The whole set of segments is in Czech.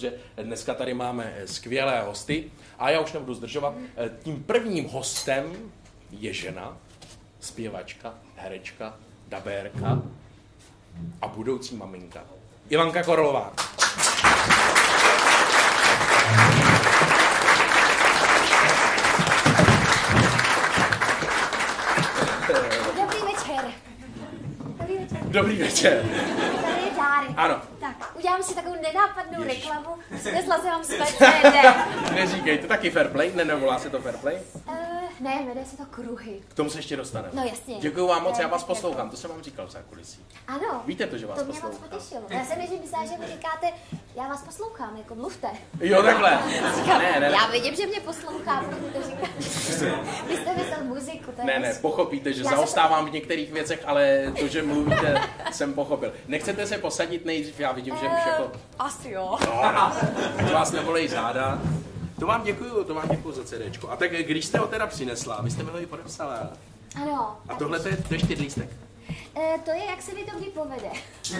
protože dneska tady máme skvělé hosty a já už nebudu zdržovat. Tím prvním hostem je žena, zpěvačka, herečka, dabérka a budoucí maminka. Ivanka Korolová. Dobrý večer. Tady je dárek. Ano. Tak, udělám si takovou nenápadnou reklamu. Nesla jsem vám své CD. Neříkej, to taky fair play? Nevolá se to fair play? Ne, jmenuje se to Kruhy. K tomu se ještě dostaneme. No jasně. Děkuju vám moc, já vás poslouchám, to jsem vám říkal v zákulisí. Ano. Víte to, že vás to mě moc poslouchám? potěšilo. Já jsem než myslela, že mi říkáte, já vás poslouchám, jako mluvte. Jo, takhle. Říkám, Ne. Já vidím, že mě poslouchá, protože to říkáte. Vy jste myslel muziku, to je Ne, pochopíte, že zaostávám v některých věcech, ale to, že mluvíte, jsem pochopil. Nechcete se posadit nejdřív, já vidím, že už jako... Asi jo. No, ať vás nebolejí záda. To vám děkuju za CDčko. A tak když jste ho teda přinesla, vy jste mi ho i podepsala. Ano. A tohle to je čtyřlístek. To je, jak se mi to kdy povede.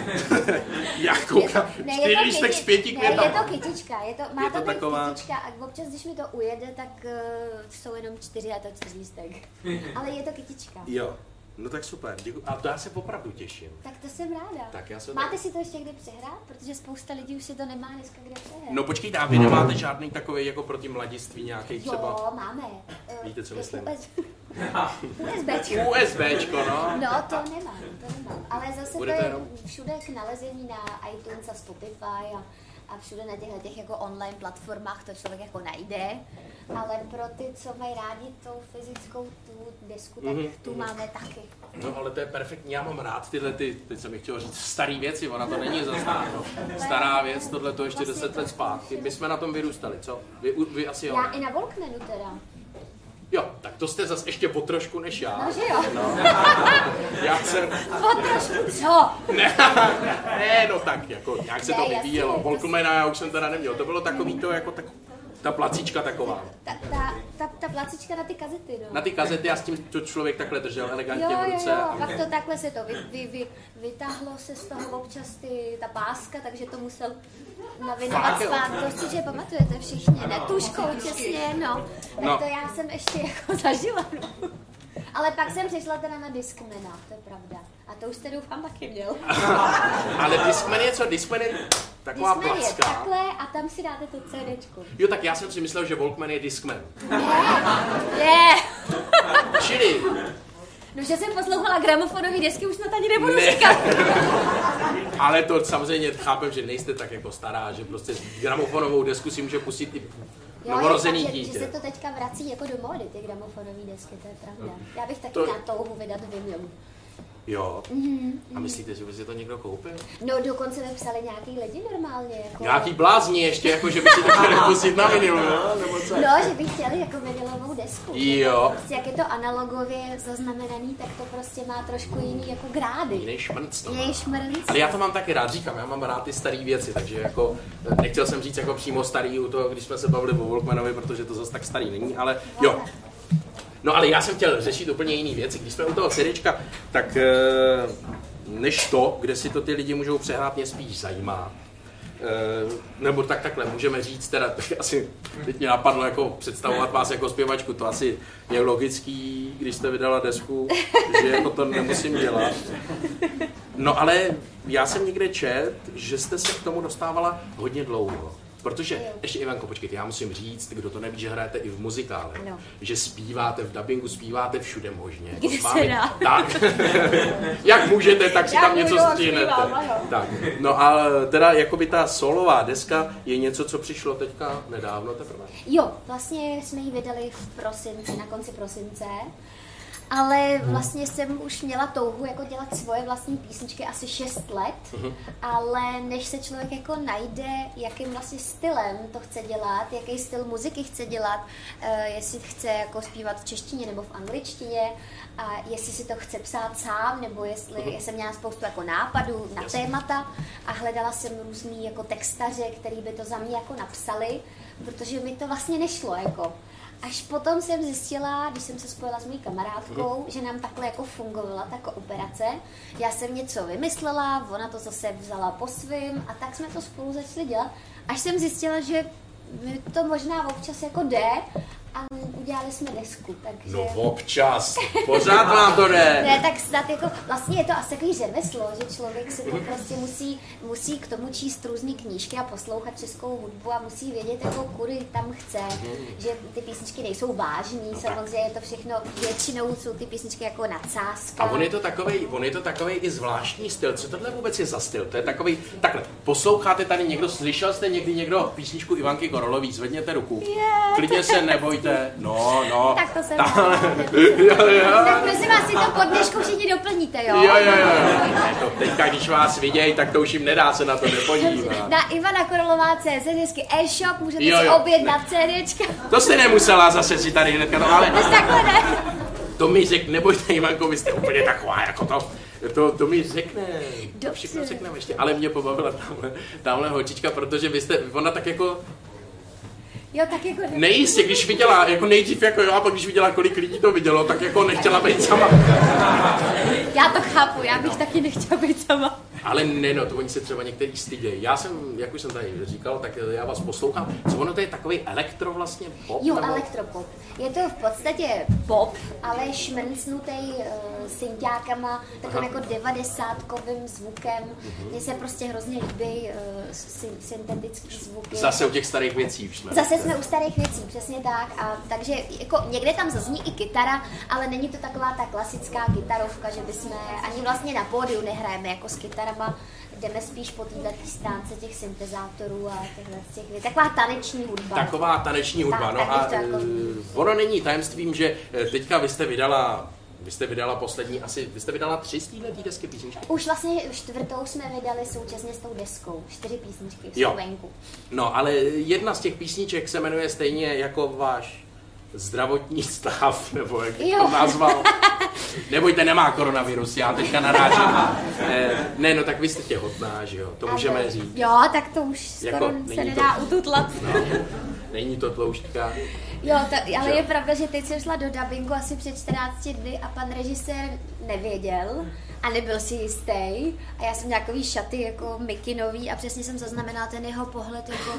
Já koukám, čtyřlístek z 5 květama. Ne, je to kytička, má to být taková... kytička a občas, když mi to ujede, tak jsou jenom 4 a to 4lístek. Ale je to kytička. Jo. No tak super, děkuji. A to já se opravdu těším. Tak to jsem ráda. Tak já se Máte si to ještě kde přehrát? Protože spousta lidí už si to nemá dneska kde přehrát. No počkejte, a vy nemáte žádný takový jako pro ty mladiství nějaký třeba? Jo, máme. Víte, co myslím? USBčko. USBčko, no. No, to nemám. Ale zase to je všude k nalezení na iTunes a Spotify a všude na těch jako online platformách to člověk jako najde, ale pro ty, co mají rádi tou fyzickou tu desku, tak tu máme taky. No ale to je perfektní, já mám rád tyhle, teď jsem chtěl říct, starý věci, ona to není zase stará věc, tohle to ještě 10 let zpátky, my jsme na tom vyrůstali, co? Vy asi jo. Já i na Walkmanu teda. Jo, tak to jste zase ještě o trošku než já. No, že jo. No. Já jsem... O trošku co? Ne, no tak, jako nějak se to vyvíjelo. Walkmana já už jsem teda neměl, to bylo takový to, jako ta placíčka taková. Ta placička na ty kazety, no. Na ty kazety a s tím to člověk takhle držel elegantně v ruce. Jo, a pak to takhle se to vytáhlo se z toho občas ta páska, takže to musel navinovat zpátky, že pamatujete všichni, ne tužkou přesně, no. Tak to já jsem ještě jako zažila, no. Ale pak jsem přišla teda na Discmana, to je pravda. A to už jste doufám taky měl. Ale Discman je co? Discman je taková placka. Discman je takhle a tam si dáte to CDčko. Jo, tak já jsem si myslel, že Walkman je Discman. Ne. Čili... No, že jsem poslouchala gramofonové desky, už snad ani nebudu říkat. Ale to samozřejmě chápem, že nejste tak jako stará, že prostě gramofonovou desku si může pustit i novorozený dítě. Že se to teďka vrací jako do módy, ty gramofonové desky, to je pravda. Já bych taky měla touhu vydat vinyl. Jo. A myslíte, že by si to někdo koupil? No, dokonce mi psali nějaký lidi normálně. Jako... Nějaký blázni ještě, jako že by si to chtěli pustit na vinylu, no? Nebo co? No, že by chtěli jako vinylovou desku. Jo. Prostě jak je to analogově zaznamenaný, tak to prostě má trošku jiný jako grády. Jiný šmrnc to má. Jiný šmrnc. Ale já to mám taky rád, říkám, já mám rád ty staré věci, takže jako nechtěl jsem říct jako přímo starý u toho, když jsme se bavili o Walkmanovi, protože to zase tak starý není, ale jo. No ale já jsem chtěl řešit úplně jiný věci. Když jsme u toho CDčka, tak než to, kde si to ty lidi můžou přehrát, mě spíš zajímá. Nebo takhle, můžeme říct, teda asi teď mě napadlo jako představovat vás jako zpěvačku, to asi je logický, když jste vydala desku, že jako to nemusím dělat. No ale já jsem někde čet, že jste se k tomu dostávala hodně dlouho. Protože, ještě Ivanko, počkejte, já musím říct, kdo to neví, že hrajete i v muzikále, že zpíváte v dabingu, zpíváte všude možně. Kde se dá. Tak, jak můžete, tak si tam něco stříhnete. Tak. No a teda jakoby ta solová deska je něco, co přišlo teďka nedávno teprve. Jo, vlastně jsme ji vydali v prosinci, na konci prosince. Ale vlastně jsem už měla touhu jako dělat svoje vlastní písničky asi 6 let, ale než se člověk jako najde, jakým vlastně stylem to chce dělat, jaký styl muziky chce dělat, jestli chce jako zpívat v češtině nebo v angličtině, a jestli si to chce psát sám, nebo jestli jsem měla spoustu jako nápadů na témata a hledala jsem různý jako textaře, který by to za mě jako napsali, protože mi to vlastně nešlo jako. Až potom jsem zjistila, když jsem se spojila s mojí kamarádkou, že nám takhle jako fungovala ta kooperace. Já jsem něco vymyslela, ona to zase vzala po svým a tak jsme to spolu začali dělat. Až jsem zjistila, že to možná občas jako jde a udělali jsme desku, takže... No občas, pořád vám to jde. Ne, tak snad jako, vlastně je to asi takový řemeslo, že člověk si to prostě musí k tomu číst různý knížky a poslouchat českou hudbu a musí vědět, jako kudy tam chce, že ty písničky nejsou vážný, samozřejmě je to všechno, většinou jsou ty písničky jako nadsázka. A on je to takovej i zvláštní styl, co tohle vůbec je za styl? To je takovej, takhle, posloucháte tady někdo, slyšel jste někdo písničku Ivanky Korolový, zvedněte ruku, klidně se nebojte. No. Tak to jsem Tak prosím vás, si to pod dneškou všichni doplníte, jo? Jo. Ne, to teďka, když vás vidějí, tak to už jim nedá se na to nepodívat. Na Ivana Korolová CZ, hezky e-shop, můžete si objednat CDčka. To jste nemusela zase si tady hnedka, no ale... Takhle ne. To mi řekne, nebojte Ivanko, vy jste úplně taková jako to mi řekne, všechno řekneme ještě, ale mě pobavila tamhle holčička, protože ona tak jako... Jo, tak jako... Nejistě, když viděla, jako nejdřív jako jo, a pak když viděla, kolik lidí to vidělo, tak jako nechtěla být sama. Já to chápu, já bych taky nechtěla být sama. Ale ne, no, to oni se třeba některý stydějí. Já jsem, jak už jsem tady říkal, tak já vás poslouchám. Co ono to je takový elektro vlastně pop? Jo, nebo? elektropop. Je to v podstatě pop, ale šmrncnutý synťákama, takovým jako 90kovým zvukem. Mně se prostě hrozně líbí syntetický zvuky. Zase u těch starých věcí už jsme. Zase jsme u starých věcí, přesně tak. A takže jako někde tam zazní i kytara, ale není to taková ta klasická kytarovka, že bychom ani vlastně na pódiu nehrajeme jako s kytarama, jdeme spíš po této stránce těch syntezátorů a těch věcí. Taková taneční hudba. Taková taneční hudba, no a ono není tajemstvím, že teďka vy jste vydala poslední, vy jste vydala 3 z této desky písničky? Už vlastně 4. jsme vydali současně s tou deskou, 4 písničky jsou venku. No, ale jedna z těch písniček se jmenuje stejně jako váš zdravotní stav, nebo jak to nazval. Nebojte, nemá koronavirus, já teďka narážím. Ne, no tak vy jste těhotná, že jo, to můžeme říct. Jo, tak to už skoro jako, se nedá ututlat. No, není to tloušťka. Jo, ale je pravda, že teď jsem šla do dabingu asi před 14 dny a pan režisér nevěděl a nebyl si jistý. A já jsem nějakový šaty jako mikinový a přesně jsem zaznamenala ten jeho pohled jako...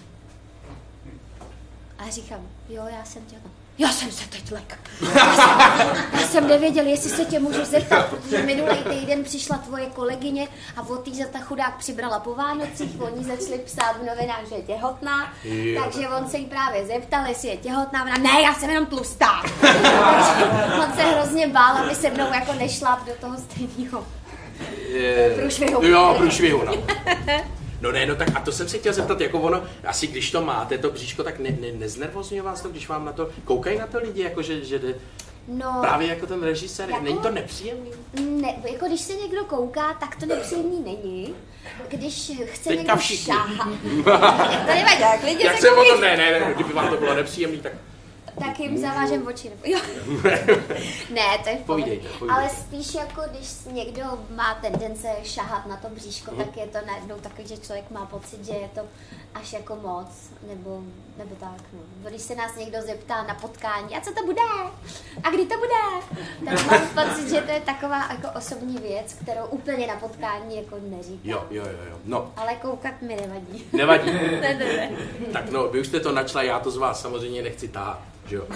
A říkám, jo, já jsem těhotná. Já jsem se teď lek. Já jsem nevěděl, jestli se tě můžu zeptat, protože minulý týden přišla tvoje kolegyně a od té ta chudák přibrala po Vánocích, oni začali psát v novinách, že je těhotná, takže on se jí právě zeptal, jestli je těhotná, ona, ne, já jsem jenom tlustá. On se hrozně bál, aby se mnou jako nešla do toho stejného průšvihu. Jo, průšvihu, no. No ne, no tak a to jsem se chtěl zeptat, jako ono, asi když to máte, to bříško, tak neznervozňuje vás to, když vám na to, koukají na to lidi, jako že no, právě jako ten režisér, jako, není to nepříjemný? Ne, jako když se někdo kouká, tak to nepříjemný není. Když chce teďka někdo všichni. šáhat. To nevadí, jak lidi jak se o to, ne, kdyby vám to bylo nepříjemný, tak jim zavážem oči. Jo. Ne, to je v pohodě. Ale spíš jako když někdo má tendence šahat na to bříško, tak je to najednou takový, že člověk má pocit, že je to až jako moc, nebo tak. No. Když se nás někdo zeptá na potkání, a co to bude? A kdy to bude? Tak mám pocit, že to je taková jako osobní věc, kterou úplně na potkání jako neříkám. Jo. No. Ale koukat mi nevadí. Nevadí? Ne. Tak no, vy už jste to načla, já to z vás samozřejmě nechci tát. Že jo.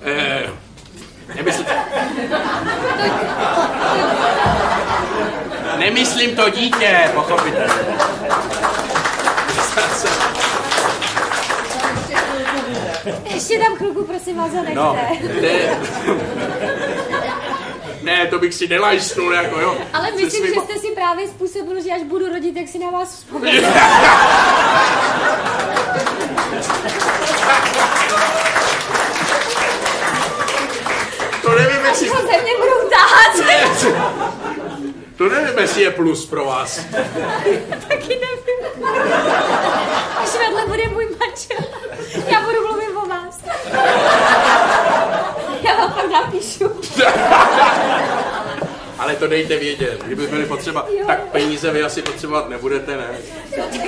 Nemyslím to dítě, pochopitelně. Ještě tam chvilku, prosím vás, ho nechte. No, ne, to bych si nelajsnul, jako jo. Ale myslím, že jste si právě způsobil, že až budu rodit, tak si na vás vzpomenu. To nevím, jestli... Až ho ze mě budou tahat. To nevím, jestli je plus pro vás. Taky nevím. Až vedle bude můj manžel. Já budu mluvit o vás. Já vám pak napíšu. Ale to dejte vědět, kdyby byly potřeba, tak peníze vy asi potřebovat nebudete, ne? No, tak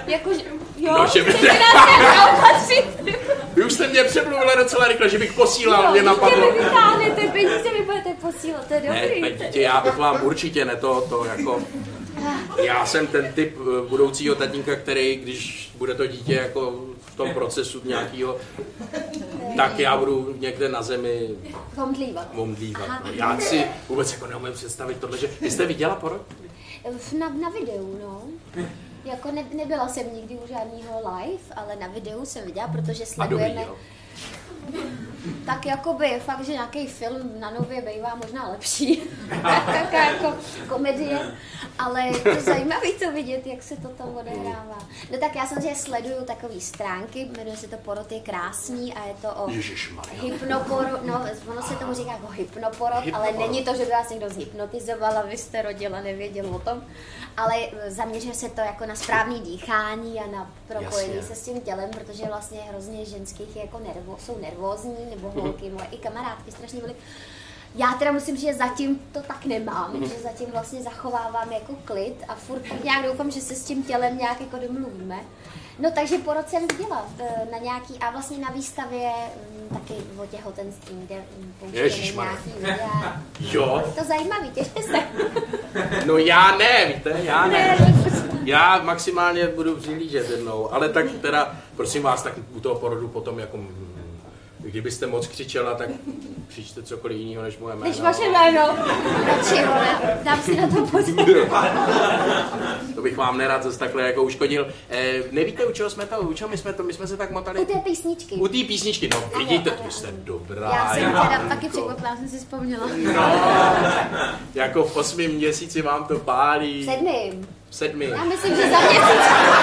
Jakože, jo, No, že by chcete nás zaopatřit. Vy už jste mě přemluvila docela rychle, že bych posílal, mě napadlo. Vy vytáhnete peníze, vy budete posílat, to je dobrý. Ne, dítě, já bych vám určitě ne to jako... Já jsem ten typ budoucího tatínka, který, když bude to dítě jako v tom procesu nějakého, tak já budu někde na zemi Omdlívat. No, já si vůbec jako neumím představit tohle, že... Vy jste viděla porod? Na videu, no. Jako nebyla jsem nikdy u žádného live, ale na videu jsem viděla, protože sledujeme... A dobrý, jo. Tak jakoby fakt, že nějaký film na Nově bývá možná lepší. Taká jako komedie. Ale je to zajímavé to vidět, jak se to tam odehrává. No tak já samozřejmě sleduju takové stránky, jmenuje se to Porod je krásný a je to o hypnoporod, no ono se tomu říká jako hypnoporod, ale není to, že by vás někdo zhypnotizoval a vy jste rodila, nevěděl o tom. Ale zaměřuje se to jako na správné dýchání a na propojení se s tím tělem, protože vlastně hrozně ženských je jako jsou nervózní, nebo holky, moje i kamarádky strašně byly. Já teda musím říct, že zatím to tak nemám, že zatím vlastně zachovávám jako klid a furt tak nějak doufám, že se s tím tělem nějak jako domluvíme. No takže porod jsem viděla na nějaký, a vlastně na výstavě taky o těhotenství, kde pouštěli nějaký videa. Jo. Je to zajímavý, těšte se. No já ne, víte, já ne. Já maximálně budu přihlížet jednou, ale tak teda, prosím vás, tak u toho porodu potom jako... Kdybyste moc křičela, tak křičte cokoliv jiného než moje jméno. Než vaše jméno. Radši, dám si na to pozor. To bych vám nerad zase takhle jako uškodil. Nevíte, u čeho jsme to? U čeho my jsme se tak motali? U té písničky. U té písničky, no vidíte, vy jste dobrá. Já jsem jako, teda taky překvapila, jsem si vzpomněla. No, jako v 8. měsíci vám to pálí. 7. Já myslím, že za měsíc.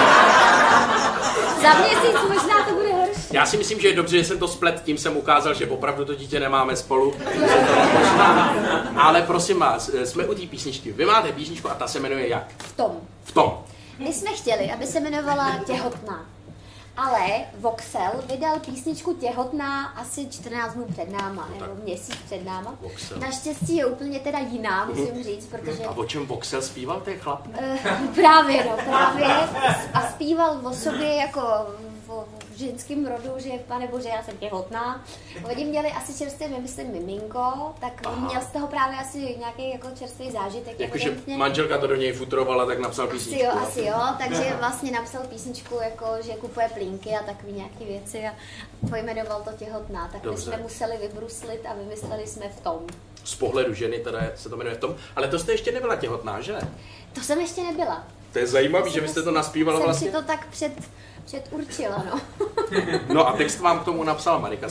Za měsíc možná to bude horší. Já si myslím, že je dobře, že jsem to splet, tím jsem ukázal, že opravdu to dítě nemáme spolu. Ale prosím vás, jsme u té písničky. Vy máte písničku a ta se jmenuje jak? V tom. My jsme chtěli, aby se jmenovala Těhotná. Ale Voxel vydal písničku Těhotná asi 14 dnů před náma, nebo měsíc před náma. Voxel. Naštěstí je úplně teda jiná, musím říct, protože... A o čem Voxel zpíval, ten chlap? Právě. A zpíval o sobě jako v ženském rodu, že pane bože, já jsem těhotná. Oni měli asi čerstvě, myslím, miminko, tak on měl z toho právě asi nějaký jako čerstvý zážitek. Jakože manželka to do něj futrovala, tak napsal písničku. Asi jo, takže vlastně napsal písničku, jako, že kupuje plínky a takové nějaké věci a pojmenoval to Těhotná. Tak my jsme museli vybruslit a vymysleli jsme V tom. Z pohledu ženy teda se to jmenuje V tom, ale to jste ještě nebyla těhotná, že? To jsem ještě nebyla. To je zajímavý, že vy jste to naspívala vlastně. Jsem si to tak předurčila, no. No a text vám k tomu napsala Marika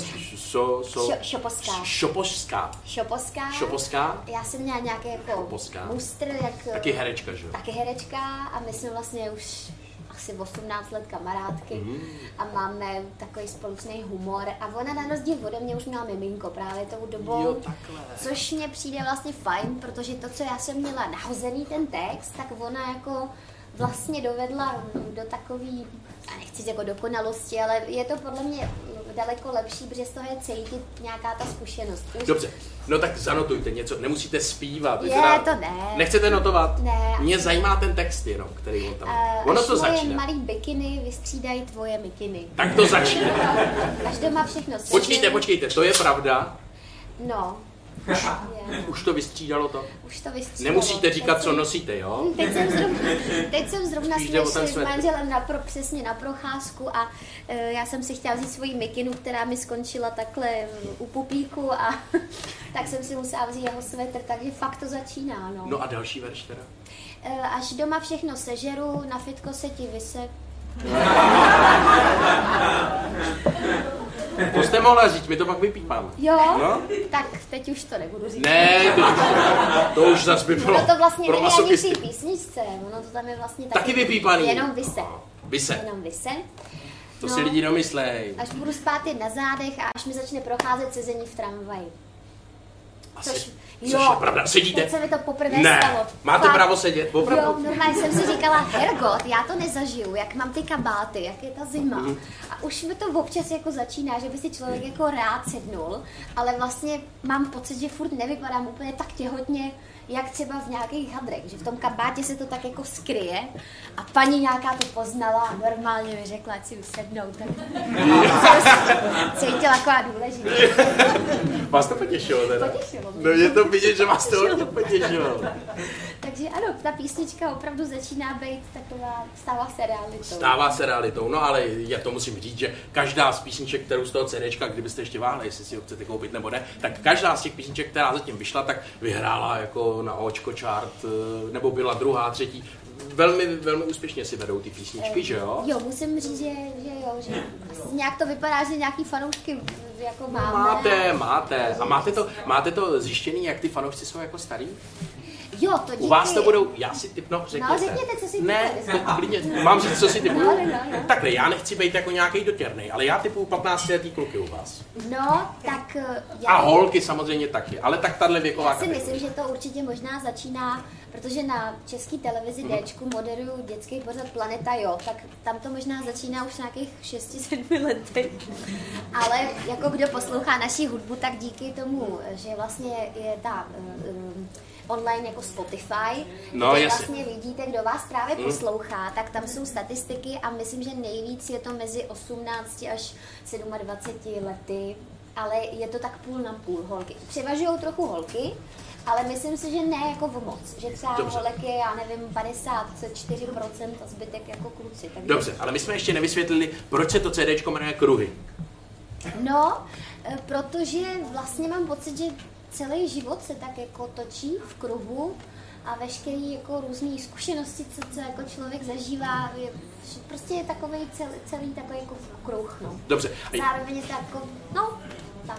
Šoposká. Já jsem měla nějaký jako mustr, jak... Taky herečka, že jo? Taky herečka a my jsme vlastně už asi 18 let kamarádky a máme takový společný humor a ona na rozdíl ode mě už měla miminko právě tou dobou, což mě přijde vlastně fajn, protože to, co já jsem měla nahozený ten text, tak ona jako vlastně dovedla do takový, a nechci jako dokonalosti, ale je to podle mě daleko lepší, protože z toho je cítit nějaká ta zkušenost. Dobře, no tak zanotujte něco, nemusíte zpívat. To ne. Nechcete notovat? Ne. Mě zajímá ten text jenom, který on tam má. Ono to začíná. Až malý bikiny vystřídají tvoje mikiny. Tak to začíná. Až doma všechno sežiju. Počkejte, to je pravda? No. Už to vystřídalo to? Už to vystřídalo. Nemusíte říkat, co nosíte, jo? Teď jsem zrovna šli s manželem přesně na procházku a já jsem si chtěla vzít svoji mikinu, která mi skončila takhle u pupíku a tak jsem si musela vzít jeho svetr, takže fakt to začíná, no. No a další verš teda? Až doma všechno sežeru, na fitko se ti vyse. To jste mohla říct, my to pak vypípáme. Jo? No? Tak teď už to nebudu říct. Ne, to už zase by bylo. Ono to vlastně není ani v té písničce, ono to tam je vlastně taky vypípaný. Jenom vyse. Jenom vyse. To si lidi domyslej. Až budu spát jen na zádech a až mi začne procházet sezení v tramvaji. Což je pravda. Sedíte? Teď se mi to poprvé stalo. Máte právo sedět? Opravdu? Jo, normálně jsem si říkala, hergot, já to nezažiju, jak mám ty kabáty, jak je ta zima. A už mi to občas jako začíná, že by si člověk jako rád sednul, ale vlastně mám pocit, že furt nevypadám úplně tak těhotně, jak třeba v nějakých hadrech, že v tom kabátě se to tak jako skryje a paní nějaká to poznala a normálně mi řekla, ať si usednou, tak jsem cítila taková důležitá. Vás to potěšilo teda? Potěšilo. No je to vidět, že vás to hodně potěšilo. Takže ano, ta písnička opravdu začíná být taková, stává se realitou. Stává se realitou, no ale já to musím říct, že každá z písniček, kterou z toho CDčka, kdybyste ještě váhali, jestli si ho chcete koupit nebo ne, tak každá z těch písniček, která zatím vyšla, tak vyhrála jako na Očko chart, nebo byla druhá, třetí. Velmi, velmi úspěšně si vedou ty písničky, že jo? Jo, musím říct, že jo, že nějak to vypadá, že nějaký fanoušky jako máme. Máte. A máte to zjištěný, jak ty fanoušci jsou jako starý? Jo, to díky. U vás to budou, já si typnu, řekněte. No, řekněte, co si typujete. Ne, klidně, mám říct, co si typuju? No. Takhle, já nechci být jako nějaký dotěrnej, ale já typuju 15letý kluky u vás. No, tak a holky samozřejmě taky, ale tak tahle věková já si myslím, že to určitě možná začíná, protože na české televizi Dčku moderuju dětský pořad Planeta Jo, tak tam to možná začíná už nějakých 6-7 letech. Ale jako kdo poslouchá naši hudbu, tak díky tomu, že vlastně je ta online jako Spotify, kde vlastně vidíte, kdo vás právě poslouchá, tak tam jsou statistiky a myslím, že nejvíc je to mezi 18 až 27 lety, ale je to tak půl na půl holky. Převažujou trochu holky, ale myslím si, že ne jako v moc, že třeba holek je, já nevím, 54% a zbytek jako kluci. Takže... Dobře, ale my jsme ještě nevysvětlili, proč se to CDčko jmenuje Kruhy. No, protože vlastně mám pocit, že celý život se tak jako točí v kruhu a veškerý jako různý zkušenosti, co jako člověk zažívá, prostě je takový celý takový jako kruh, no. Dobře. Zároveň je to jako, no, tak.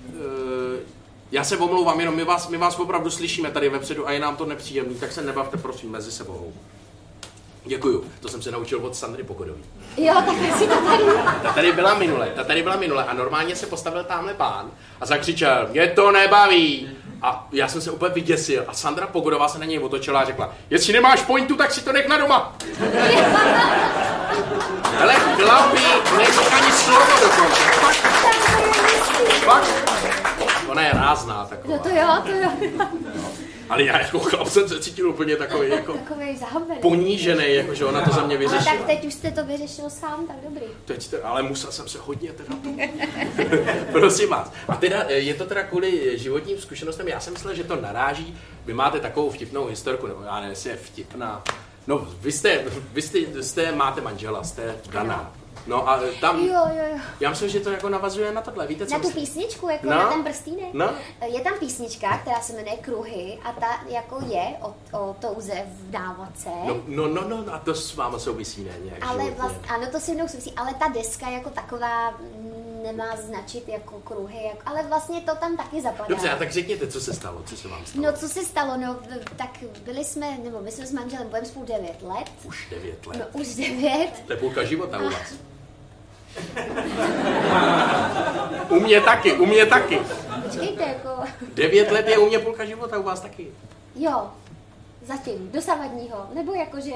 Já se omlouvám, jenom my vás opravdu slyšíme tady vepředu a je nám to nepříjemný, tak se nebavte prosím mezi sebou. Děkuju, to jsem se naučil od Sandry Pogodový. Jo, tak si to tady. Ta tady byla minule a normálně se postavil tamhle pán a zakřičel, mě to nebaví. A já jsem se úplně vyděsil a Sandra Pogodová se na něj otočila a řekla, jestli nemáš pointu, tak si to nech na doma. Hele, chlapi, neřík ani slovo dokonce. Fakt. Ona je rázná taková. No to jo. Ale já jako chlap jsem se cítil úplně takový jako zahambený. Ponížený, jako že ona to za mě vyřešila. Ale tak teď už jste to vyřešil sám, tak dobrý. Ale musel jsem se hodně teda prosím vás. A teda, je to teda kvůli životním zkušenostem, já jsem myslel, že to naráží, vy máte takovou vtipnou historku, nebo já nevím, jestli je vtipná. No, vy máte manžela, jste daná. No a tam, jo. Já myslím, že to jako navazuje na tohle, víte co? Na tu písničku, jako na ten prstínek? No. Je tam písnička, která se jmenuje Kruhy a ta jako je o touze v návodce. No, a to s váma souvisí, ne? Nějak ale životně. Ano, to se mnou souvisí, ale ta deska jako taková nemá značit jako kruhy, ale vlastně to tam taky zapadá. Dobře, a tak řekněte, co se stalo, co se vám stalo? No, co se stalo, tak my jsme s manželem budeme spolu 9 let. Už 9 let? No, už 9. To je půlka života u vás. U mě taky. Počkejte, jako... 9 let je u mě půlka života, u vás taky. Jo, zatím, dosavadního, nebo jakože...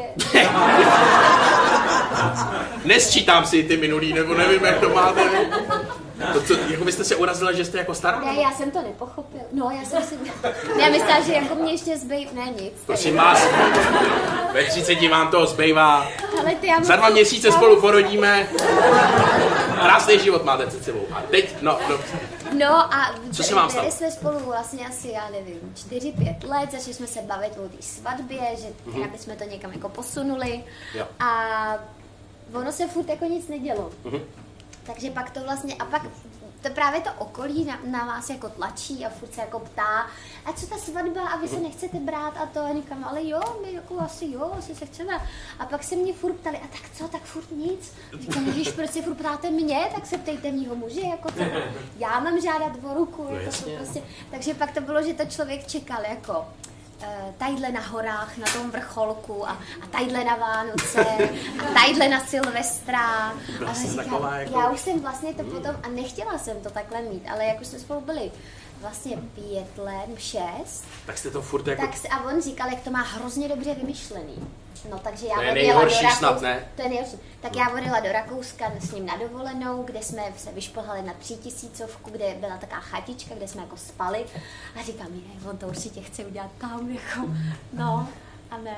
Nesčítám si ty minulý, nebo nevím, jak to máte. Jako byste se urazila, že jste jako stará? Ne, já jsem to nepochopil. No, já jsem si... Já myslela, že jako mě ještě Ne, nic. Prosím vás, ve 30 vám toho zbývá. Za 2 měsíce spolu porodíme. Krásný život máte před sebou. A teď, No a co se vám stalo? byli jsme spolu vlastně asi, já nevím, 4-5 let, začali jsme se bavit o té svatbě, že aby jsme to někam jako posunuli. Jo. A ono se furt jako nic nedělo. Takže pak to vlastně, a pak to právě to okolí na vás jako tlačí a furt se jako ptá, a co ta svatba a vy se nechcete brát a to a nikam, ale jo, my jako asi se chceme. A pak se mě furt ptali, a tak co, tak furt nic. Říkám, víš, proč se furt ptáte mě, tak se ptejte mýho muže, jako co, já mám žádat o ruku, no, jako to prostě. Takže pak to bylo, že to člověk čekal jako tadyhle na horách, na tom vrcholku a tadyhle na Vánoce a tadyhle na Silvestra. Vlastně taková jako... Já už jsem vlastně to potom, a nechtěla jsem to takhle mít, ale jak už jsme spolu byli vlastně 5 let, 6. Tak jste to furt jako... A on říkal, jak to má hrozně dobře vymyšlený. No takže já to je odjela nejhorší do Rakouska. Snad, ne? To je nejhorší. Tak já odjela do Rakouska s ním na dovolenou, kde jsme se vyšplhali na 3000, kde byla taková chatička, kde jsme jako spali. A říkám, on to určitě chce udělat tam, jako, no, a ne.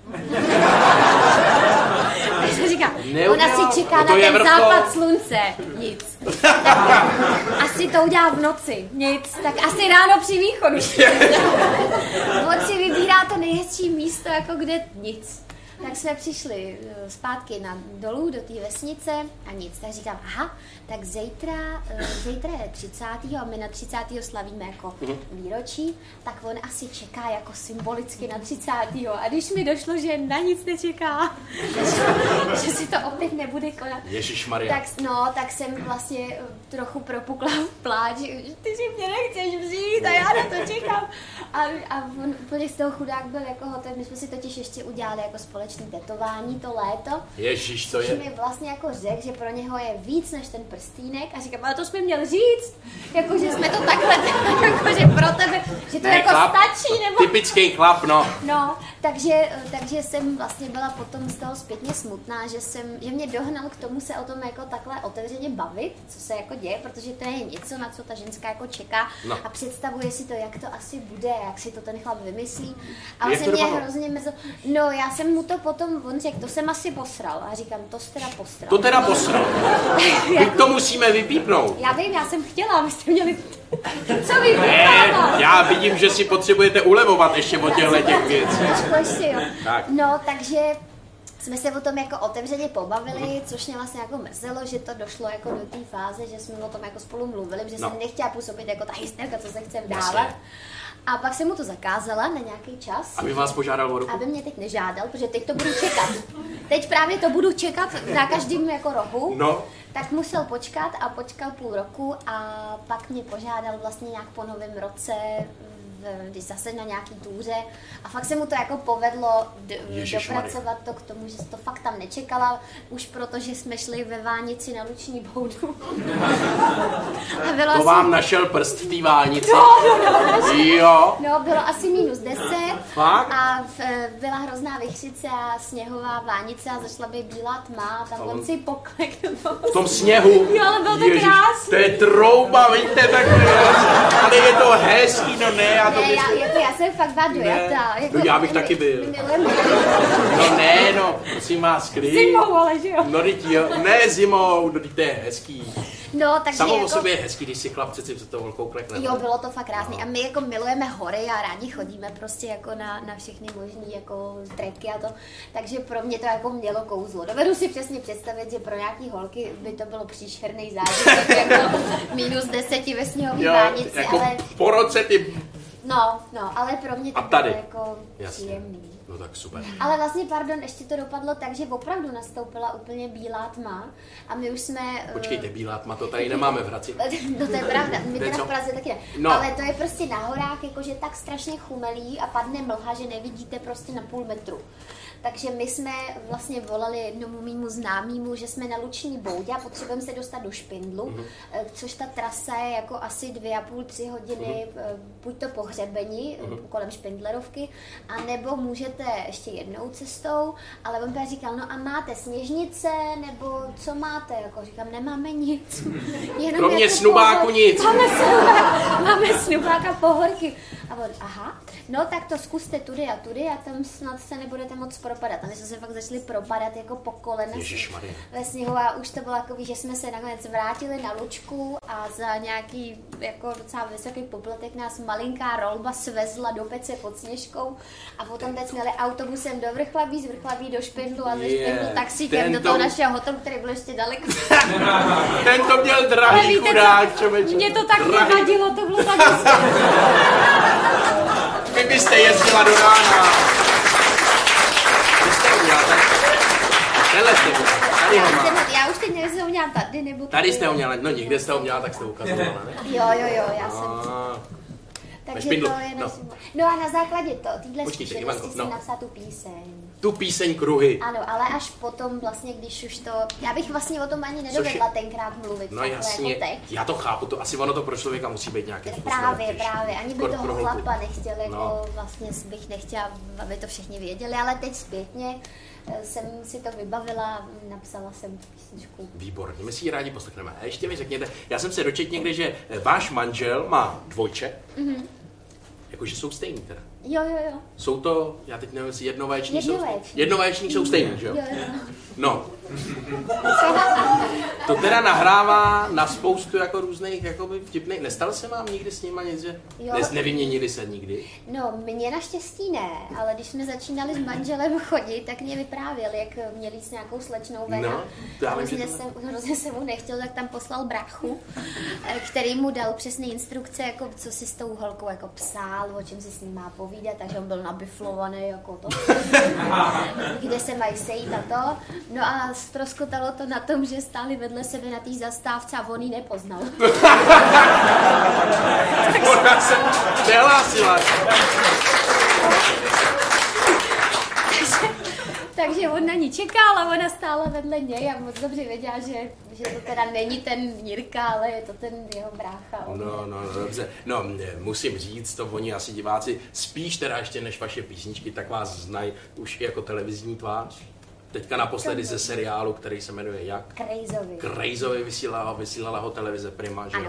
Takže říkám, on asi čeká na ten západ slunce, nic. Asi to udělá v noci, nic. Tak asi ráno při východu. On si vybírá to nejhezčí místo, jako kde nic. Tak jsme přišli zpátky dolů do té vesnice a nic. Tak říkám, aha, tak zítra je 30. a my na 30. slavíme jako výročí, tak on asi čeká jako symbolicky na 30. A když mi došlo, že na nic nečeká, že si to opět nebude konat. Ježišmarja. Tak jsem vlastně trochu propukla v pláč, ty si mě nechceš vzít a já na to čekám. A on úplně z toho chudák byl jako hotový. My jsme si totiž ještě udělali jako společný tetování to léto. Ježiš, to je. Mi vlastně jako řekl, že pro něho je víc než ten prstýnek a říkám, ale to jsi mi měl říct, jako že jsme to takhle, jako že pro tebe, že to ne, jako chlap, stačí, nebo... Typický chlap, no. No, takže jsem vlastně byla potom z toho zpětně smutná, že mě dohnal k tomu se o tom jako takhle otevřeně bavit, co se jako děje, protože to je něco, na co ta ženská jako čeká a představuje si to, jak to asi bude, jak si to ten chlap vymyslí. A vlastně mě hrozně no, já jsem mu to potom, on řekl, to jsem asi posral. A říkám, to jsi teda posral. To teda posral. My to musíme vypípnout. Já vím, já jsem chtěla, abyste měli co vypípávat. Já vidím, že si potřebujete ulevovat ještě od těch věcí. Ještě, jo. Tak. No, takže jsme se o tom jako otevřeně pobavili, což mě vlastně jako mrzelo, že to došlo jako do té fáze, že jsme o tom jako spolu mluvili, protože jsem nechtěla působit jako ta hysterka, co se chce vdávat. A pak jsem mu to zakázala na nějaký čas. Aby vás požádal o ruku? Aby mě teď nežádal, protože teď to budu čekat. Teď právě to budu čekat na každém jako rohu. No. Tak musel počkat a počkal půl roku a pak mě požádal vlastně nějak po novém roce, když zase na nějaký túře a fakt se mu to jako povedlo dopracovat to k tomu, že to fakt tam nečekala, už protože jsme šli ve Vánici na Luční boudu. To vám našel prst v té Vánici? Jo. No, bylo asi -10. Fakt? A byla hrozná vichřice a sněhová Vánice a zašla by bílá tma a tam on si poklekl. V tom sněhu? Jo, ale bylo to krásný. To je trouba, víte, tak ale je to hezký, no ne, já jsem fakt byla dojatá. Jako, já bych taky byl. No ne, no, prosím vás, klid. Zimou, ale že jo. No jo, ne zimou, no to je hezký. No, takže samo jako... o sobě je hezký, když si chlap přeci před tou velkou klekne. Jo, bylo to fakt krásný. A my jako milujeme hory a rádi chodíme prostě jako na všechny možný jako treky a to. Takže pro mě to jako mělo kouzlo. Dovedu si přesně představit, že pro nějaký holky by to bylo příšerný zážitek, jako -10 ve sněhové Vánici, jako ale... po roce ty... No, ale pro mě to bylo jako příjemný. No tak super. Ale vlastně, pardon, ještě to dopadlo tak, že opravdu nastoupila úplně bílá tma a my už jsme... Počkejte, bílá tma, to tady nemáme v Hradci. No to je pravda, my teda v Praze taky ne. No. Ale to je prostě na horách, jakože tak strašně chumelí a padne mlha, že nevidíte prostě na půl metru. Takže my jsme vlastně volali jednomu mýmu známému, že jsme na Luční boudě a potřebujeme se dostat do Špindlu, což ta trasa je jako asi 2,5–3 hodiny, buď to po hřebeni kolem Špindlerovky, anebo můžete ještě jednou cestou, ale on tady říkal, no a máte sněžnice, nebo co máte? Jako říkám, nemáme nic. Kromě jako snubáku nic. Máme snubák a pohorky. A on, aha, no tak to zkuste tudy a tam snad se nebudete moc propadat. A my jsme se fakt začali propadat jako po kolena ve sněhu a už to bylo takový, že jsme se nakonec vrátili na Lučku a za nějaký jako docela vysoký poplatek nás malinká rolba svezla do Pece pod Sněžkou a potom teď jsme jeli autobusem do Vrchlabí, z Vrchlabí do Špindlu a ze Špindlu taxíkem do toho našeho hotelu, který byl ještě daleko. Ten to měl drahý chudák, člověče. Mě to tak nevadilo, to bylo tak Vy byste jezdila do rána. Já už teď nevím, jestli ho měla tady, nebo tady jste ho měla, no někde jste ho měla, tak jste ukazovala, ne? Jo, já jsem. Takže to je no a na základě téhle zkušenosti jsem napsala tu píseň. Tu píseň Kruhy. Ano, ale až potom vlastně, když už to... Já bych vlastně o tom ani nedovedla tenkrát mluvit. No jasně, jako já to chápu, to asi ono to pro člověka musí být nějaký způsob. Právě, ani by toho chlapa nechtěl, jako vlastně bych nechtěla, aby to všichni věděli, ale teď zpětně jsem si to vybavila, napsala jsem tu písničku. Výborně, my si ji rádi poslechneme. A ještě mi řekněte, já jsem se dočetl někde, že váš manžel má dvojče, jakože jsou stejný teda. Jo. Jsou to, já teď nevím, jestli jednovaječní jsou stejný, že jo? Jo. No. To teda nahrává na spoustu jako různých jakoby vtipných. Nestalo se vám nikdy s nima nic, že nevyměnili se nikdy? No, mně naštěstí ne, ale když jsme začínali s manželem chodit, tak mě vyprávěli, jak měli s nějakou slečnou ven. No, hrozně jsem mu nechtěl, tak tam poslal bráchu, který mu dal přesné instrukce, jako co si s tou holkou jako psal, o čem si s ním má povídat, takže on byl nabiflovaný jako to, kde se mají sejít a to. No a ztroskotalo to na tom, že stáli vedle sebe na té zastávce a on ji nepoznal. Ona se nehlásila. Takže on na ní čekal a ona stála vedle něj a moc dobře věděla, že to teda není ten Jirka, ale je to ten jeho brácha. No, dobře. No, musím říct, to oni asi diváci spíš teda ještě než vaše písničky, tak vás znají už i jako televizní tvář. Teďka naposledy ze seriálu, který se jmenuje jak? Krejzovi vysílala ho televize Prima, že jo?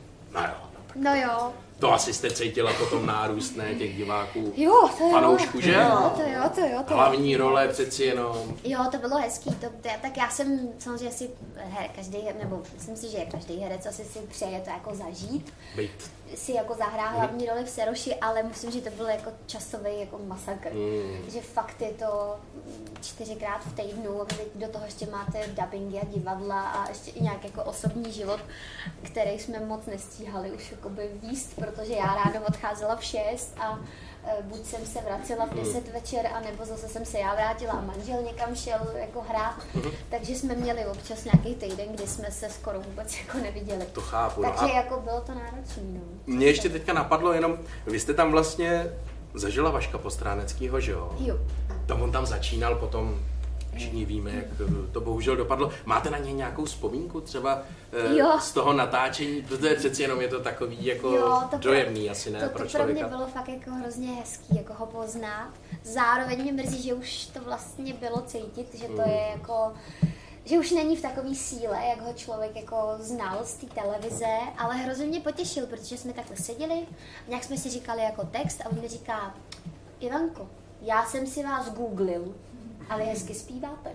No jo. To asi jste cítila potom nárůst, ne, těch diváků, jo, to fanoušků, že? To jo. Hlavní role přeci jenom. Jo, to bylo hezký, tak já jsem samozřejmě si, myslím si, že každý herec asi si přeje to jako zažít. Být. Si jako zahrál hlavní roli v Seroši, ale musím, že to bylo jako časový jako masakr. Že fakt je to 4krát v týdnu, do toho ještě máte dubbingy a divadla a ještě i nějak jako osobní život, který jsme moc nestíhali už jakoby víst, protože já ráno odcházela v 6 a buď jsem se vracela v 10 večer, anebo zase jsem se já vrátila a manžel někam šel jako hrát, takže jsme měli občas nějaký týden, kdy jsme se skoro vůbec jako neviděli. To chápu. Takže jako bylo to náročné. No. Mě ještě teďka napadlo jenom, vy jste tam vlastně zažila Vaška Postráneckýho, že jo? Jo. To on tam začínal, potom všichni víme, jak to bohužel dopadlo. Máte na něj nějakou vzpomínku třeba z toho natáčení? Protože přeci jenom je to takový jako dojemný asi, ne? To pro mě bylo fakt jako hrozně hezký, jako ho poznat. Zároveň mě mrzí, že už to vlastně bylo cítit, že to je jako... že už není v takové síle, jak ho člověk jako znal z té televize, ale hrozně mě potěšil, protože jsme takhle seděli, nějak jsme si říkali jako text a on mi říká: Ivanko, já jsem si vás googlil, ale hezky zpíváte.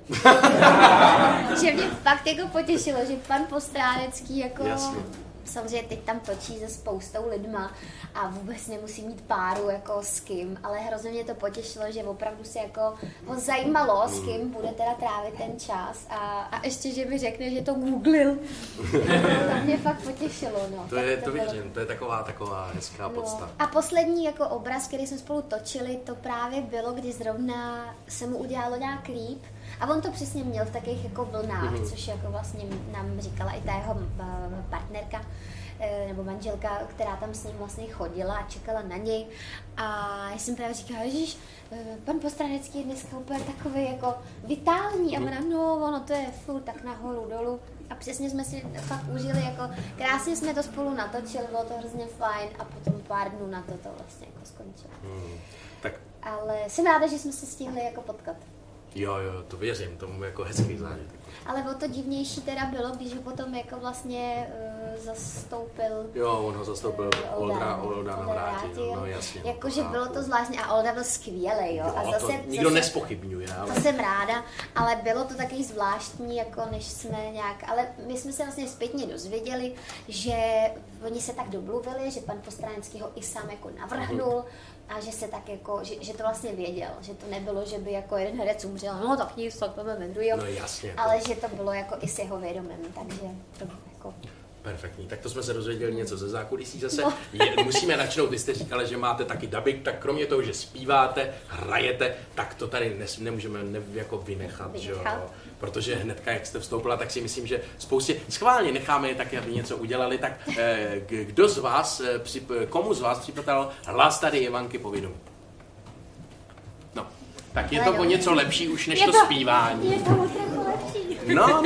Že mě fakt jako potěšilo, že pan Postránecký jako... Jasně. Samozřejmě teď tam točí se spoustou lidma a vůbec nemusí mít páru jako s kým, ale hrozně mě to potěšilo, že opravdu se jako ho zajímalo, s kým bude teda trávit ten čas a ještě, že mi řekne, že to googlil. To mě fakt potěšilo, no. To věřím, to je taková hezká podsta. A poslední jako obraz, který jsme spolu točili, to právě bylo, kdy zrovna se mu udělalo nějak líp. A on to přesně měl v takových jako vlnách, což jako vlastně nám říkala i ta jeho partnerka nebo manželka, která tam s ním vlastně chodila a čekala na něj. A já jsem právě říkala, ježiš, pan Postránecký je dneska úplně takový jako vitální. A ona, no, ono to je furt tak nahoru, dolů. A přesně jsme si fakt užili, jako krásně jsme to spolu natočili, bylo to hrozně fajn a potom pár dnů na to vlastně jako skončilo. Tak. Ale jsem ráda, že jsme se stihli jako potkat. Jo, to věřím, tomu jako hezký zážitek. Ale o to divnější teda bylo, když ho potom jako vlastně zastoupil... Jo, on ho zastoupil, Olda Navrátil, no jasně. Jakože bylo to zvláštní a Olda byl skvělej, jo. A zase, nikdo nespochybňuje, ale... To jsem ráda, ale bylo to taky zvláštní, jako než jsme nějak... Ale my jsme se vlastně zpětně dozvěděli, že oni se tak domluvili, že pan Postránecký ho i sám jako navrhnul, a že se tak jako, že to vlastně věděl, že to nebylo, že by jako jeden herec umřel, no tak nic, tak to druhýho, no jasně, ale že to bylo jako i s jeho vědomím, takže to jako... Perfektní, tak to jsme se dozvěděli něco ze zákulisí zase. Musíme načnout, vy jste říkali, že máte taky dubbing, tak kromě toho, že zpíváte, hrajete, tak to tady nemůžeme jako vynechat, že jo? Protože hnedka, jak jste vstoupila, tak si myslím, že schválně necháme je taky, aby něco udělali, tak kdo z vás, komu z vás připadal hlas tady Ivanky Povědomí? No, tak je to o něco lepší už než to zpívání. Je to trochu lepší. No.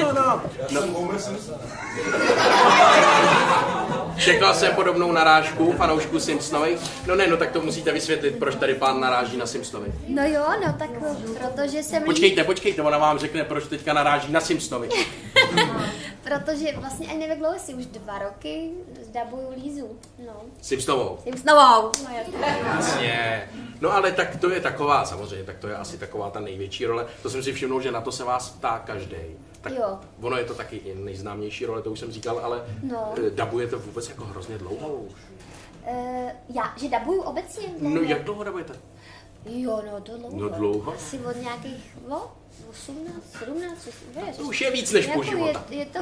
Čekal jsem podobnou narážku fanoušku Simpsonových. No tak to musíte vysvětlit, proč tady pán naráží na Simpsonovi. No jo, tak protože jsem... Počkejte, ona vám řekne, proč teďka naráží na Simpsonovi. Protože vlastně ani nevím, dlouho si už 2 roky zdabuju Lízu. No. Simpsonovou. No Jasně. No ale tak to je taková, samozřejmě, tak to je asi taková ta největší role. To jsem si všimnul, že na to se vás ptá každej. Tak jo. Ono je to taky i nejznámější role, to už jsem říkal, ale dabujete vůbec jako hrozně dlouho už. Že dabuju obecně? No jak dlouho dabujete? Jo, to dlouho. No dlouho? Asi od nějakých, 18, 17, to už je víc než půl života. Je to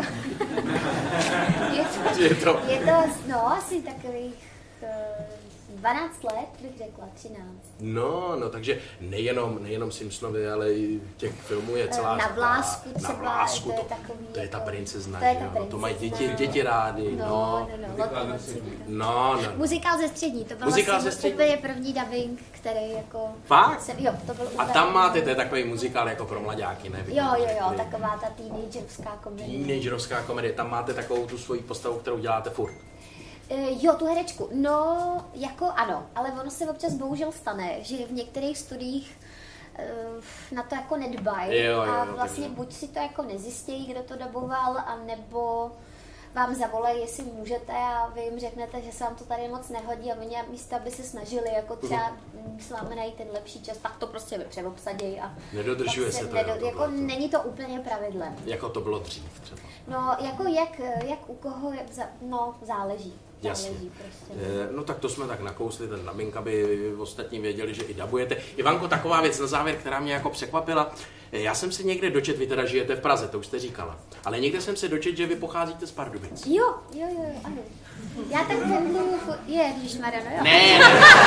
asi takových 12 let, bych řekla, 13. No, takže nejenom Simpsonovi, ale i těch filmů je celá Na Vlásku třeba, Na Vlásku, to je takový... To je ta princezna, že jo? To mají děti rádi, No. Muzikál ze střední, to byl vlastně úplně první dubbing, který jako... Fakt? To byl a tam máte, to je takový muzikál jako pro mlaďáky, ne? Jo, taková ta teenagerská komedie. Teenagerská komedie, tam máte takovou tu svoji postavu, kterou děláte furt. Tu herečku. No, jako ano, ale ono se občas bohužel stane, že v některých studiích na to jako nedbají a vlastně buď si to jako nezjistějí, kdo to daboval, anebo vám zavolají, jestli můžete a vy jim řeknete, že se vám to tady moc nehodí a oni místo, aby se snažili jako třeba s vámi najít ten lepší čas, tak to prostě přeobsadějí a nedodržuje se to. Jako není to úplně pravidlem. Jako to bylo dřív třeba. No, jako jak u koho, záleží. Jasně. No tak to jsme tak nakousli ten dubbing, aby ostatní věděli, že i dabujete. Ivanko, taková věc na závěr, která mě jako překvapila. Já jsem se někde dočet, vy teda žijete v Praze, to už jste říkala. Ale někde jsem se dočet, že vy pocházíte z Pardubic. Jo, ano. Já tak pendluju, ježišmarja, no jo. Ne.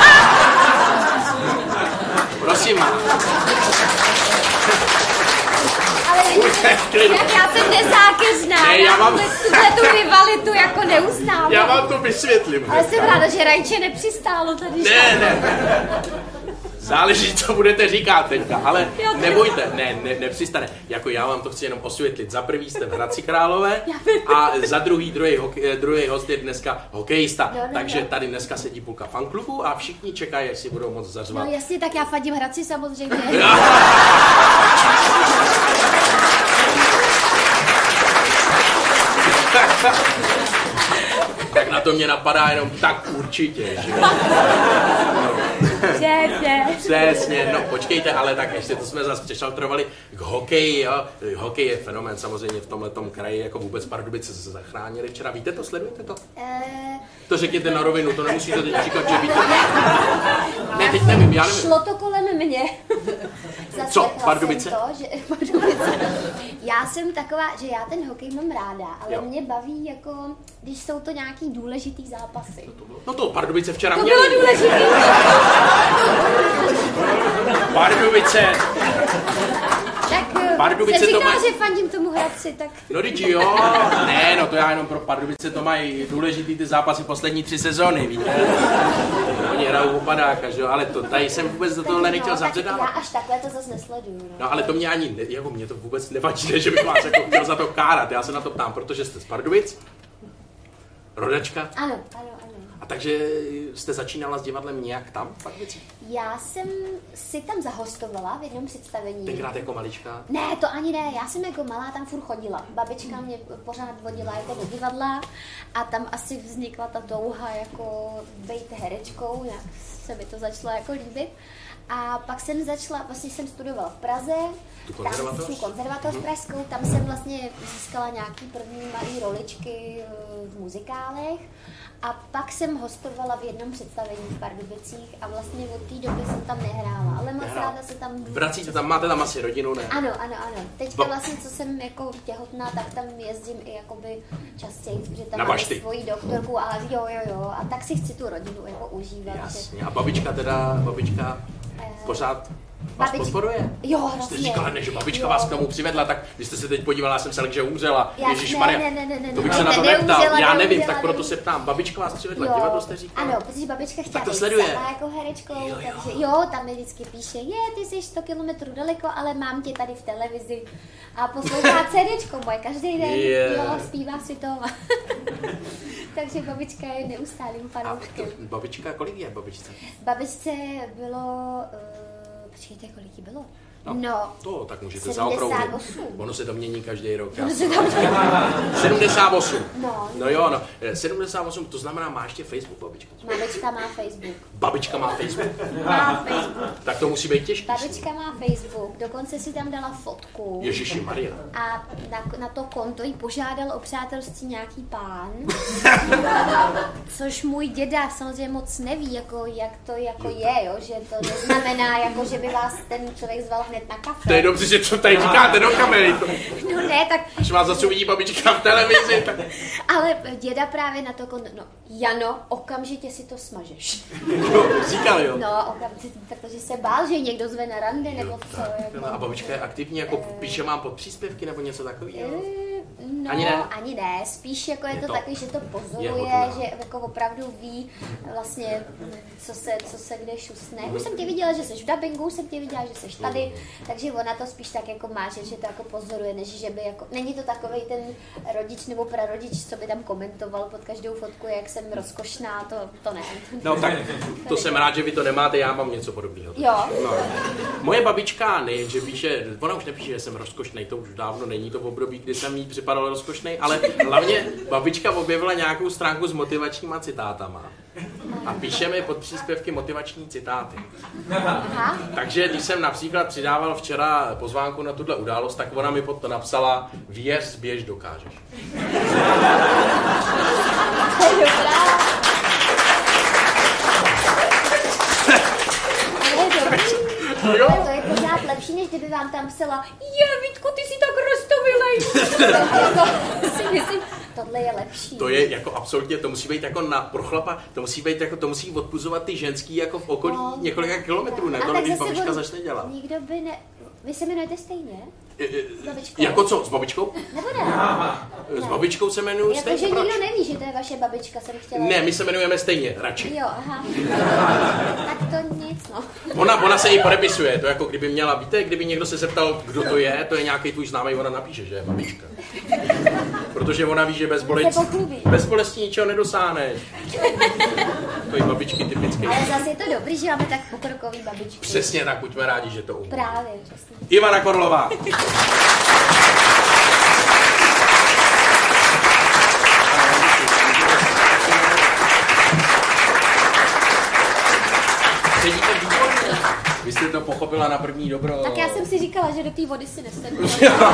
Prosím vás. Ale jak já jsem nezákeřná, já vůbec tu rivalitu jako neuznávám. Já vám to vysvětlím. Ale jsem ráda, že Rajče nepřistálo tady. Ne. Záleží, co budete říkat teďka, ale nebojte, nepřistane. Jako já vám to chci jenom osvětlit. Za prvý jste v Hradci Králové a za druhý host je dneska hokejista. Takže tady dneska sedí půlka fanklubu a všichni čekají, jestli budou moc zařvat. No jasně, tak já fandím Hradci samozřejmě. Tak na to mě napadá jenom tak určitě, že? Přesně, no počkejte, ale tak ještě to jsme zase přešaltrovali k hokeji, jo. Hokej je fenomén samozřejmě v tomhletom kraji, jako vůbec Pardubice se zachránili včera. Víte to, sledujete to? To řekněte na rovinu, to nemusíte teď říkat, že víte. Ne, teď nevím, já nevím. Šlo to kolem mě. Co, Pardubice? Já jsem taková, že já ten hokej mám ráda, ale mě baví jako, když jsou to nějaký důležitý zápasy. No to Pardubice včera to měli. To bylo důležitý. Pardubice. Tak Pardubice jsem říkala, to že fandím tomu Hradci, tak... No teď jo, ne, no to já jenom pro Pardubice to mají důležitý ty zápasy poslední 3 sezóny, víte? Oni hrajou opadáka, že jo, ale to tady jsem vůbec do tohohle nechtěl zapředávat. Já až takhle to zase nesleduju. No ale to mě ani, jako mě to vůbec nevadí, že bych vás jako chtěl za to kárat, já se na to ptám, protože jste z Pardubic, rodačka. Ano. A takže jste začínala s divadlem nějak tam v Pardubicích? Já jsem si tam zahostovala v jednom představení. Tenkrát jako malička? Ne, to ani ne, já jsem jako malá tam furt chodila. Babička mě pořád vodila jako do divadla a tam asi vznikla ta touha jako být herečkou, nějak se mi to začalo jako líbit. A pak jsem začala, vlastně jsem studovala v Praze, tu konzervatoř pražskou, tam jsem vlastně získala nějaký první malý roličky v muzikálech A pak jsem hostovala v jednom představení v Pardubicích a vlastně od té doby jsem tam nehrála, ale moc ráda se tam... Vracíte tam, máte tam asi rodinu, ne? Ano. Teďka vlastně, co jsem jako těhotná, tak tam jezdím i jakoby častěji, protože tam mám svoji doktorku a jo. A tak si chci tu rodinu jako užívat. Jasně. A babička pořád vás podporuje? Jo, vlastně. Jste říkala, že babička vás k tomu přivedla, tak když jste se teď podívala, já jsem se že umřela. Ježišmarja, to bych se na to neptal. Já nevím, tak proto se ptám. Babička vás přivedla k divadlu, jste říkala? Ano, protože babička chtěla být sama jako herečkou, takže tam mi vždycky píše, ty jsi 100 kilometrů daleko, ale mám tě tady v televizi. A poslouchá CDčko moje každý den, zpívá si to. Takže babička je neustálým fanouškem. Babička, kolik je babičce? Babičce bylo... Počkejte, kolik jí bylo? No, to tak můžete 78. zaokrouhlit. Ono se to mění každý rok. 78. No jo. 78, to znamená, má ještě Facebook, babička? Babička má Facebook. Babička má Facebook? Má Facebook. Tak to musí být těžké. Babička má Facebook, dokonce si tam dala fotku. Ježiši Maria. A na to konto jí požádal o přátelství nějaký pán. Což můj děda samozřejmě moc neví, jak to je, jo? Že to neznamená, že by vás ten člověk zval hned na kafe. To je dobře, že to tady říkáte do kamery. No ne, tak... Když vás zase uvidí babička v televizi, tak... Ale děda právě na to Jano, okamžitě si to smažeš. Říkal, jo? No, okamžitě, protože se bál, že někdo zve na rande, nebo co. A babička je aktivní, píše vám pod příspěvky, nebo něco takového? No, ani ne, spíš je to taky, že to pozoruje, že opravdu ví vlastně, co se kde šustne. Už jsem tě viděla, že jsi v dabingu, už jsem tě viděla, že jsi tady, takže ona to spíš tak má, že to pozoruje, než že by není to takovej ten rodič nebo prarodič, co by tam komentoval pod každou fotku, jak jsem rozkošná, to ne. No tak to jsem rád, že vy to nemáte, já mám něco podobného. Jo. No. Moje babička že píše, ona už nepíše, že jsem rozkošnej, to už dávno není to v období, kdy jsem jí připadal rozkošnej, ale hlavně babička objevila nějakou stránku s motivačníma citátama. A píše mi pod příspěvky motivační citáty. Aha. Takže když jsem například přidával včera pozvánku na tuhle událost, tak ona mi pod to napsala: věř, běž, dokážeš. Jo. To je pořád lepší, než kdyby vám tam psala: Vítku, ty jsi tak roztomilej. Si myslím, tohle je lepší. To je absolutně, to musí být na pro chlapa, to musí odpuzovat ty ženský v okolí několika kilometrů, ne? To když babička začne dělat. Nikdo by ne... Vy se jmenujete stejně? S babičkou? Jako co? S babičkou? Nebo ne? S babičkou se jmenuju stejně. Jakože nikdo neví, že to je vaše babička, jsem chtěla... Ne, my se jmenujeme stejně, radši. Jo, aha. Tak to nic, no. Ona se jí podepisuje, to jako kdyby měla, víte, kdyby někdo se zeptal, kdo to je nějaký tvůj známý, ona napíše, že je babička. Protože ona ví, že bez bolesti ničeho nedosáhneš. To je babičky typické. Ale zase je to dobrý, že máme tak pokrokový babičky. Přesně tak, buďme rádi, že to umí. Právě, přesně. Ivana Korlová. Sedíte výborně. Vy jste to pochopila na první dobro. Tak já jsem si říkala, že do té vody si nesednu.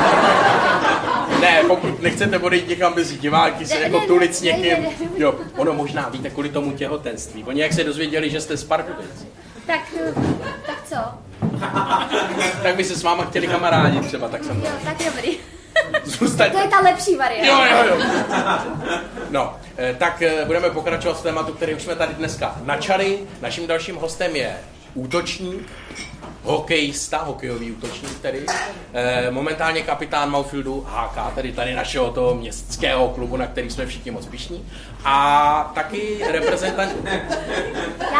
Ne, pokud nechcete odejít někam mezi diváky, se tulit s někým. Jo, ono možná, víte, kvůli tomu těhotenství. Oni jak se dozvěděli, že jste z Pardubic. Tak co? Tak by se s váma chtěli kamarádi třeba, tak jsem... Jo, tak dobrý. Zůstaňte. To je ta lepší varianta. Jo. No, tak budeme pokračovat v tématu, který už jsme tady dneska načali. Naším dalším hostem je útočník, hokejista, hokejový útočník tedy, momentálně kapitán Mountfieldu HK, tedy tady našeho toho městského klubu, na který jsme všichni moc pyšní, a taky reprezentant...